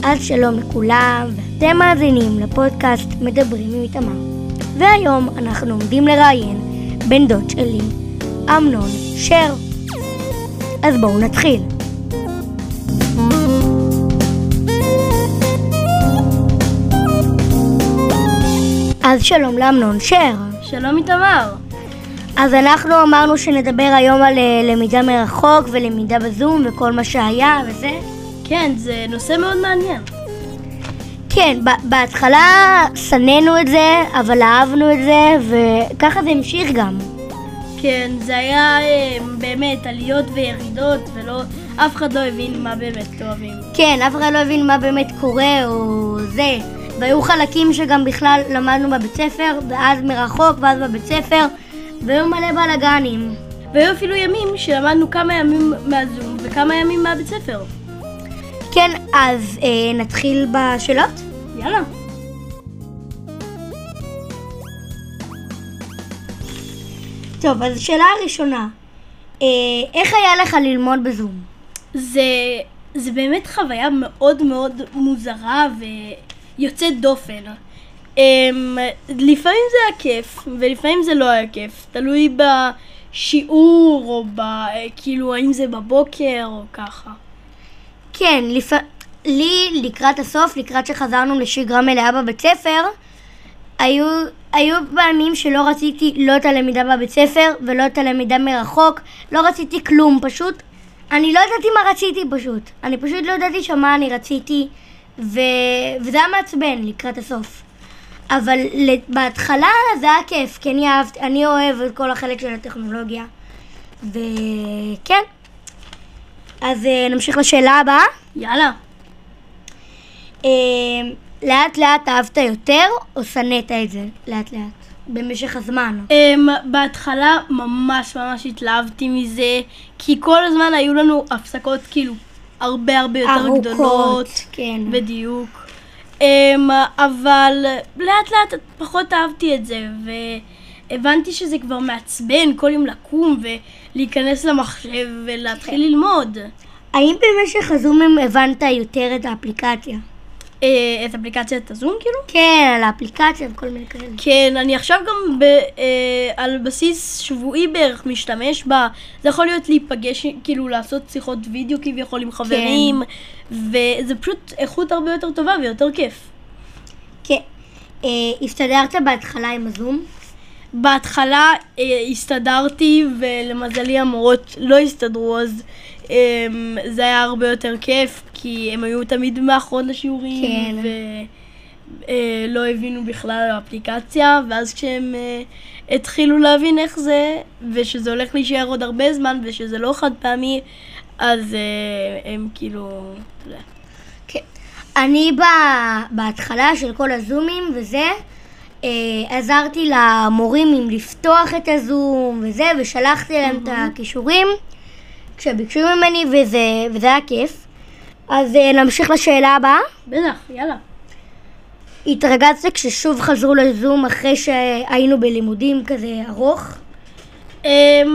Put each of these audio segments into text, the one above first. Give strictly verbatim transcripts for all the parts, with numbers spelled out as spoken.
אז שלום לכולם, ואתם מאזינים לפודקאסט מדברים עם איתמר. והיום אנחנו עומדים לראיין בן דוד שלי, אמנון שר. אז בואו נתחיל. אז שלום לאמנון שר. שלום איתמר. אז אנחנו אמרנו שנדבר היום על למידה מרחוק ולמידה בזום וכל מה שהיה וזה. כן, זה נושא מאוד מעניין. כן, בהתחלה סננו את זה, אבל אהבנו את זה, וככה זה המשיך גם. כן, זה היה באמת עליות וירידות, ולא, אף אחד לא הבין מה באמת אוהבים. כן, אף אחד לא הבין מה באמת קורה או זה. והיו חלקים שגם בכלל למדנו בבית ספר, ואז מרחוק, ואז בבית ספר, והיו מלא בלגנים. והיו אפילו ימים שלמדנו כמה ימים מהזום וכמה ימים מהבית ספר. כן, אז אה, נתחיל בשאלות? יאללה. טוב, אז שאלה הראשונה. אה, איך היה לך ללמוד בזום? זה, זה באמת חוויה מאוד מאוד מוזרה ויוצאת דופן. אה, לפעמים זה היה כיף, ולפעמים זה לא היה כיף. תלוי בשיעור, או ב, כאילו, האם זה בבוקר או ככה. כן, לפ... לי לקראת הסוף, לקראת שחזרנו לשגרה מלאה בבית ספר, היו, היו פעמים שלא רציתי לא את הלמידה בבית ספר ולא את הלמידה מרחוק, לא רציתי כלום פשוט. אני לא ידעתי מה רציתי פשוט, אני פשוט לא ידעתי שמה אני רציתי, ו... וזה היה מעצבן לקראת הסוף. אבל בהתחלה זה היה כיף, כי אני אהבת, אני אוהב את כל החלק של הטכנולוגיה, וכן. אז נמשיך לשאלה הבאה. יאללה. לאט לאט אהבת יותר או שנאת את זה לאט לאט במשך הזמן? בהתחלה ממש ממש התלהבתי מזה, כי כל הזמן היו לנו הפסקות כאילו הרבה הרבה יותר גדולות. כן. בדיוק. אבל לאט לאט פחות אהבתי את זה, והבנתי שזה כבר מעצבן כל יום לקום ולהיכנס למחשב ולהתחיל ללמוד. האם במשך הזומים הבנת יותר את האפליקציה? את אפליקציית הזום כאילו? כן, על האפליקציה וכל מיני כאלה. כן, אני עכשיו גם על בסיס שבועי בערך משתמש בה. זה יכול להיות להיפגש, כאילו לעשות שיחות וידאו כביכול עם חברים, וזה פשוט איכות הרבה יותר טובה ויותר כיף. כן. הסתדרת בהתחלה עם הזום? בהתחלה הסתדרתי, ולמזלי המורות לא הסתדרו, אז זה היה הרבה יותר כיף, כי הם היו תמיד מאחרות לשיעורים, כן. ולא הבינו בכלל על האפליקציה, ואז כשהם התחילו להבין איך זה, ושזה הולך להישאר עוד הרבה זמן, ושזה לא חד פעמי, אז הם כאילו... כן. אני בהתחלה של כל הזומים וזה, עזרתי למורים עם לפתוח את הזום וזה, ושלחתי להם את הכישורים כשביקשו ממני, וזה, וזה היה כיף. אז נמשיך לשאלה הבאה. בטח, יאללה. התרגשת כששוב חזרו לזום אחרי שהיינו בלימודים כזה ארוך? את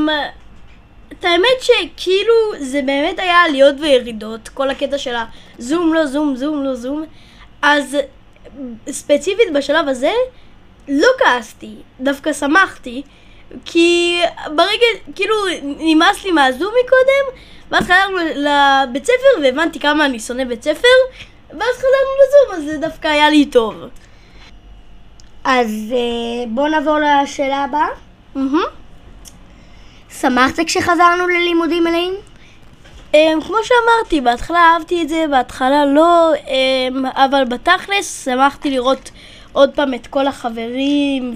האמת שכאילו זה באמת היה עליות וירידות, כל הקטע של הזום לא זום, זום לא זום. אז ספציפית בשלב הזה לא כעסתי, דווקא שמחתי, כי ברגע, כאילו, נמאס לי מהזום מקודם, ואז חזרנו לבית ספר, והבנתי כמה אני שונא בית ספר, ואז חזרנו לזום, אז זה דווקא היה לי טוב. אז בואו נעבור לשאלה הבאה. Mm-hmm. שמחת כשחזרנו ללימודים מלאים? כמו שאמרתי, בהתחלה אהבתי את זה, בהתחלה לא, אבל בתכלס שמחתי לראות עוד פעם את כל החברים,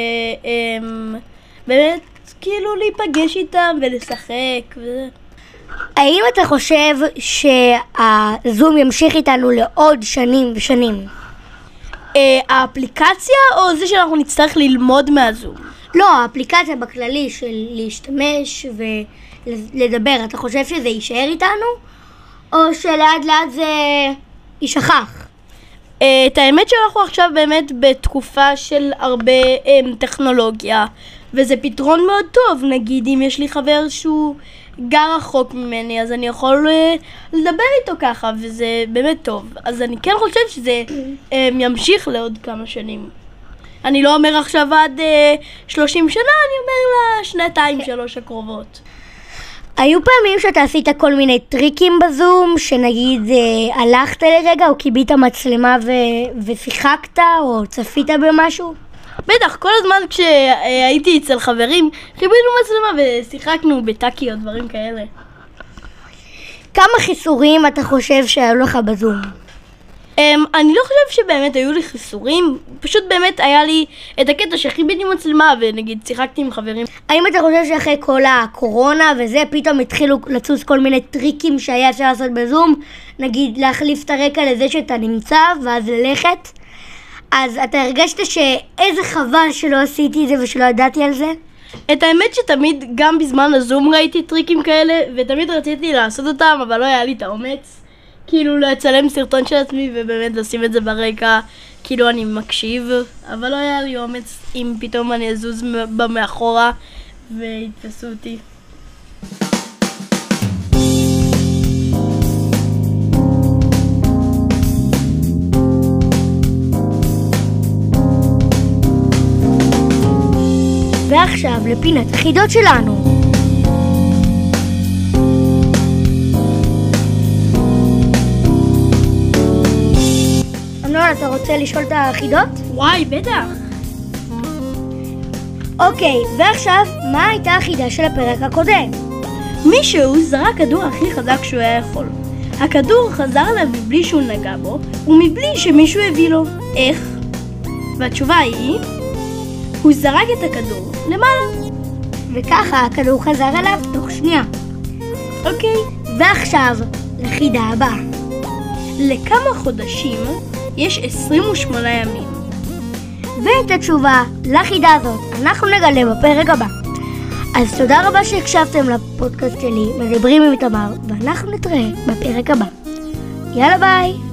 ובאמת כאילו להיפגש איתם ולשחק וזה. האם אתה חושב שהזום ימשיך איתנו לעוד שנים ושנים? האפליקציה או זה שאנחנו נצטרך ללמוד מהזום? לא, האפליקציה בכללי של להשתמש ולדבר. אתה חושב שזה יישאר איתנו? או שלאט לאט זה יישכח? את האמת שאנחנו עכשיו באמת בתקופה של הרבה טכנולוגיה, וזה פתרון מאוד טוב. נגיד אם יש לי חבר שהוא גר רחוק ממני, אז אני יכול uh, לדבר איתו ככה, וזה באמת טוב. אז אני כן חושב שזה um, ימשיך לעוד כמה שנים. אני לא אומר עכשיו עד uh, שלושים שנה, אני אומר לשנתיים שלוש הקרובות. היו פעמים שאתה עשית כל מיני טריקים בזום, שנגיד אה, הלכת לרגע או קיבית מצלמה ו- ושיחקת או צפית במשהו? בטח, כל הזמן כשהייתי אצל חברים, חיבינו מצלמה ושיחקנו בטאקי או דברים כאלה. כמה חיסורים אתה חושב שהיו לך בזום? Um, אני לא חושב שבאמת היו לי חיסורים, פשוט באמת היה לי את הקטע שחיביתי מצלמה ונגיד שיחקתי עם חברים. האם אתה חושב שאחרי כל הקורונה וזה פתאום התחילו לצוץ כל מיני טריקים שהיה אפשר לעשות בזום? נגיד להחליף את הרקע לזה שאתה נמצא ואז ללכת? אז אתה הרגשת שאיזה חבל שלא עשיתי את זה ושלא ידעתי על זה? את האמת שתמיד גם בזמן הזום ראיתי טריקים כאלה ותמיד רציתי לעשות אותם, אבל לא היה לי את האומץ. כאילו לצלם סרטון של עצמי ובאמת לשים את זה ברקע, כאילו אני מקשיב, אבל לא היה לי אומץ אם פתאום אני אזוז במאחורה ויתפסו אותי. ועכשיו לפינת החידות שלנו. אמנון, אתה רוצה לשאול את החידות? וואי, בטח. אוקיי, ועכשיו, מה הייתה החידה של הפרק הקודם? מישהו זרק כדור הכי חזק שהוא היה יכול. הכדור חזר אליו מבלי שהוא נגע בו, ומבלי שמישהו הביא לו. איך? והתשובה היא, הוא זרק את הכדור למעלה. וככה הכדור חזר אליו תוך שנייה. אוקיי. ועכשיו, לחידה הבאה. לכמה חודשים יש עשרים ושמונה ימים? ואת התשובה לחידה הזאת אנחנו נגלה בפרק הבא. אז תודה רבה שהקשבתם לפודקאסט שלי, מדברים עם תמר, ואנחנו נתראה בפרק הבא. יאללה ביי!